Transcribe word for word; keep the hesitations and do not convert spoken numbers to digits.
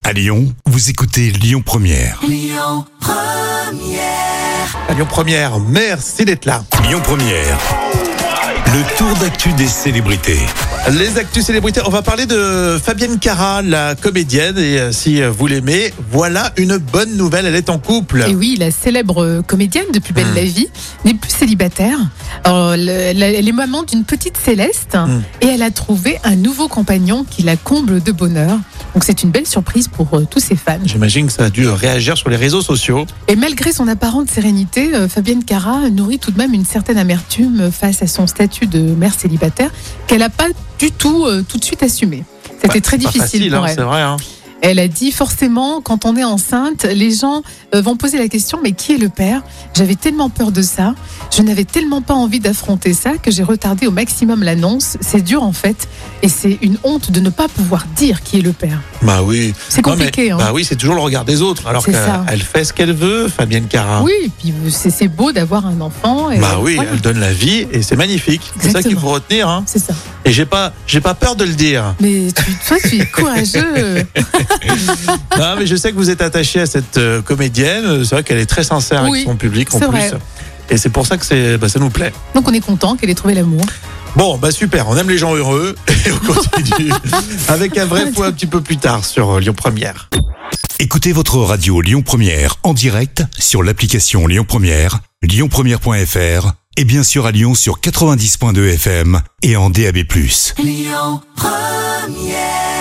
À Lyon, vous écoutez Lyon Première. Lyon Première. À Lyon Première, merci d'être là. Lyon Première. Le tour d'actu des célébrités. Les actus célébrités, on va parler de Fabienne Cara, la comédienne, et euh, si vous l'aimez, voilà une bonne nouvelle, elle est en couple. Et oui, la célèbre comédienne de Plus belle Mmh. la vie n'est plus célibataire. Alors, le- la- elle est maman d'une petite Céleste Mmh. et elle a trouvé un nouveau compagnon qui la comble de bonheur. Donc c'est une belle surprise pour euh, tous ses fans. J'imagine que ça a dû réagir sur les réseaux sociaux. Et malgré son apparente sérénité, euh, Fabienne Cara nourrit tout de même une certaine amertume face à son statut de mère célibataire qu'elle n'a pas du tout euh, tout de suite assumé. C'était Ouais, très c'est pas difficile facile, pour hein, elle. c'est vrai. Hein. Elle a dit forcément, quand on est enceinte, les gens euh, vont poser la question, mais qui est le père ? J'avais tellement peur de ça, je n'avais tellement pas envie d'affronter ça que j'ai retardé au maximum l'annonce. C'est dur en fait, et c'est une honte de ne pas pouvoir dire qui est le père. Bah oui. C'est Non, mais- compliqué, hein. Bah oui, c'est toujours le regard des autres, alors C'est ça. qu'elle fait ce qu'elle veut, Fabienne Cara. Oui, et puis euh, c'est, c'est beau d'avoir un enfant. Et Bah oui, voilà. elle donne la vie et c'est magnifique. C'est ça Exactement. qu'il faut retenir. Hein. C'est ça. Et j'ai pas, j'ai pas peur de le dire. Mais tu, toi, tu es courageux. Non, mais je sais que vous êtes attaché à cette euh, comédienne. C'est vrai qu'elle est très sincère Oui, avec son public en c'est plus. vrai. Et c'est pour ça que c'est, bah, ça nous plaît. Donc on est content qu'elle ait trouvé l'amour. Bon, bah super, on aime les gens heureux et on continue avec un vrai point un petit peu plus tard sur euh, Lyon Première. Écoutez votre radio Lyon Première en direct sur l'application Lyon Première, lyon première point f r et bien sûr à Lyon sur quatre-vingt-dix point deux F M et en D A B plus. Lyon Première.